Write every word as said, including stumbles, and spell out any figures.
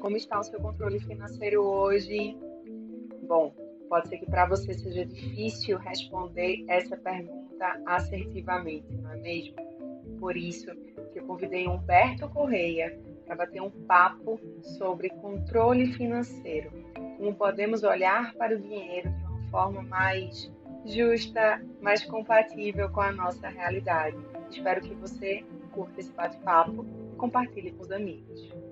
Como está o seu controle financeiro hoje? Bom, pode ser que para você seja difícil responder essa pergunta assertivamente, não é mesmo? Por isso que eu convidei Humberto Correia para bater um papo sobre controle financeiro. Como podemos olhar para o dinheiro de uma forma mais justa, mais compatível com a nossa realidade. Espero que você curta esse bate-papo e compartilhe com os amigos.